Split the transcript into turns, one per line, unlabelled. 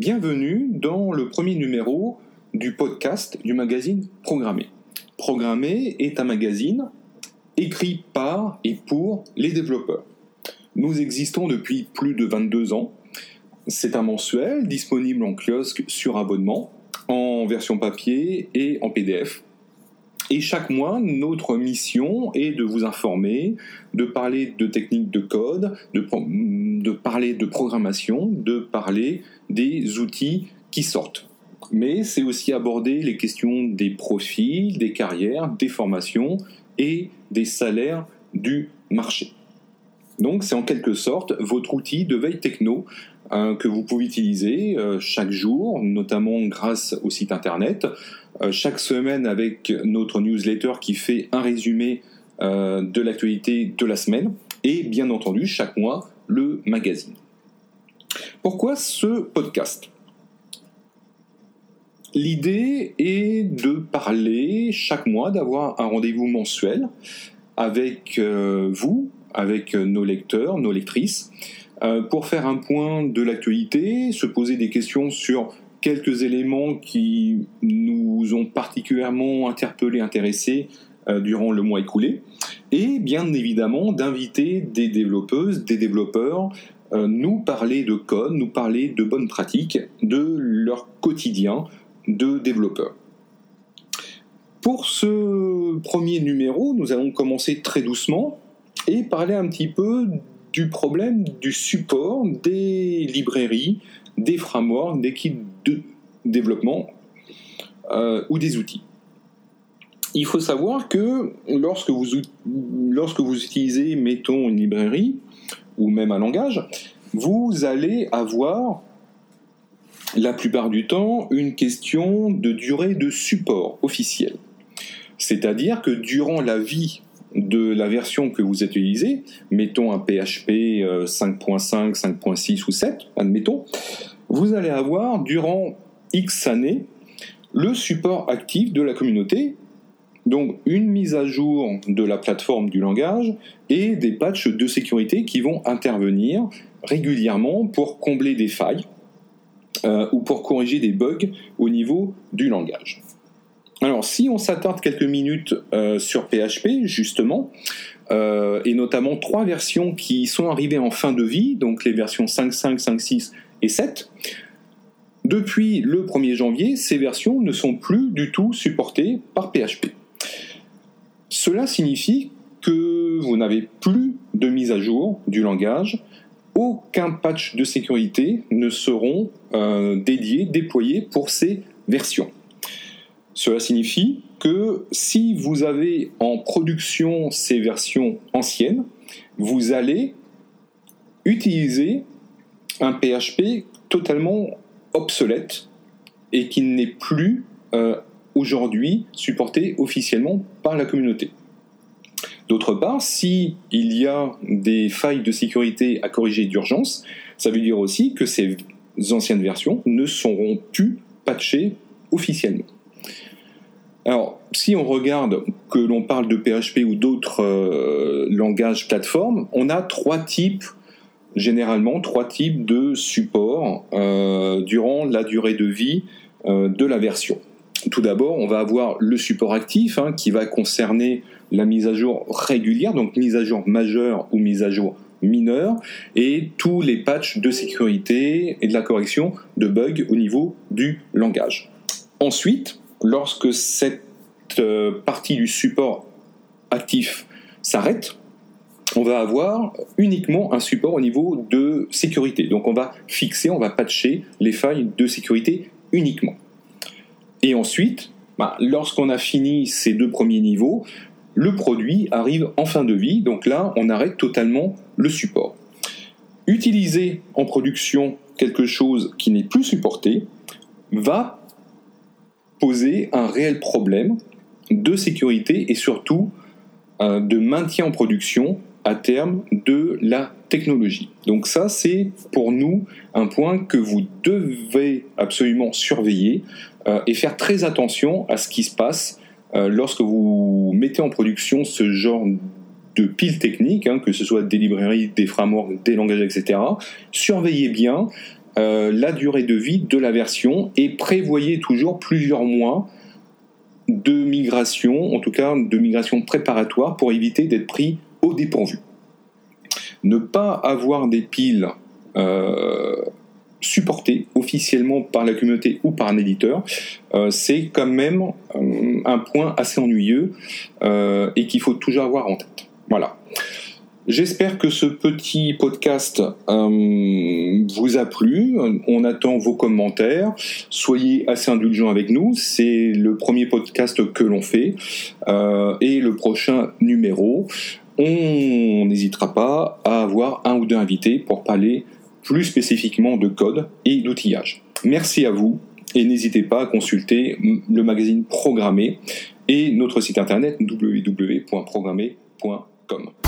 Bienvenue dans le premier numéro du podcast du magazine Programmer. Programmer est un magazine écrit par et pour les développeurs. Nous existons depuis plus de 22 ans. C'est un mensuel disponible en kiosque sur abonnement, en version papier et en PDF. Et chaque mois, notre mission est de vous informer, de parler de techniques de code, de parler de programmation, de parler des outils qui sortent. Mais c'est aussi aborder les questions des profils, des carrières, des formations et des salaires du marché. Donc c'est en quelque sorte votre outil de veille techno que vous pouvez utiliser chaque jour, notamment grâce au site internet, chaque semaine avec notre newsletter qui fait un résumé de l'actualité de la semaine, et bien entendu chaque mois le magazine. Pourquoi ce podcast ? L'idée est de parler chaque mois, d'avoir un rendez-vous mensuel avec vous, avec nos lecteurs, nos lectrices, pour faire un point de l'actualité, se poser des questions sur quelques éléments qui nous ont particulièrement interpellés, intéressés durant le mois écoulé, et bien évidemment d'inviter des développeuses, des développeurs, nous parler de code, nous parler de bonnes pratiques, de leur quotidien de développeurs. Pour ce premier numéro, nous allons commencer très doucement et parler un petit peu du problème du support des librairies, des frameworks, des kits de développement ou des outils. Il faut savoir que lorsque vous utilisez, mettons, une librairie ou même un langage, vous allez avoir la plupart du temps une question de durée de support officielle. C'est-à-dire que durant la vie de la version que vous utilisez, mettons un PHP 5.5, 5.6 ou 7, admettons, vous allez avoir durant X années le support actif de la communauté, donc une mise à jour de la plateforme du langage et des patchs de sécurité qui vont intervenir régulièrement pour combler des failles ou pour corriger des bugs au niveau du langage. Alors, si on s'attarde quelques minutes sur PHP, justement, et notamment 3 versions qui sont arrivées en fin de vie, donc les versions 5.5, 5.6 et 7, depuis le 1er janvier, ces versions ne sont plus du tout supportées par PHP. Cela signifie que vous n'avez plus de mise à jour du langage, aucun patch de sécurité ne seront déployés pour ces versions. Cela signifie que si vous avez en production ces versions anciennes, vous allez utiliser un PHP totalement obsolète et qui n'est plus aujourd'hui supporté officiellement par la communauté. D'autre part, s'il y a des failles de sécurité à corriger d'urgence, ça veut dire aussi que ces anciennes versions ne seront plus patchées officiellement. Alors, si on regarde que l'on parle de PHP ou d'autres langages plateformes, on a généralement trois types de support durant la durée de vie de la version. Tout d'abord, on va avoir le support actif qui va concerner la mise à jour régulière, donc mise à jour majeure ou mise à jour mineure, et tous les patchs de sécurité et de la correction de bugs au niveau du langage. Ensuite, lorsque cette partie du support actif s'arrête, on va avoir uniquement un support au niveau de sécurité. Donc on va patcher les failles de sécurité uniquement. Et ensuite, lorsqu'on a fini ces 2 premiers niveaux, le produit arrive en fin de vie, donc là on arrête totalement le support. Utiliser en production quelque chose qui n'est plus supporté va poser un réel problème de sécurité et surtout de maintien en production à terme de la technologie. Donc ça, c'est pour nous un point que vous devez absolument surveiller et faire très attention à ce qui se passe lorsque vous mettez en production ce genre de piles techniques, que ce soit des librairies, des frameworks, des langages, etc. Surveillez bien la durée de vie de la version et prévoyez toujours plusieurs mois de migration, en tout cas de migration préparatoire pour éviter d'être pris au dépourvu. Ne pas avoir des piles supportées officiellement par la communauté ou par un éditeur, c'est quand même un point assez ennuyeux et qu'il faut toujours avoir en tête. Voilà. J'espère que ce petit podcast vous a plu. On attend vos commentaires. Soyez assez indulgents avec nous. C'est le premier podcast que l'on fait. Et le prochain numéro, on n'hésitera pas à avoir un ou deux invités pour parler plus spécifiquement de code et d'outillage. Merci à vous et n'hésitez pas à consulter le magazine Programmer et notre site internet www.programmer.com.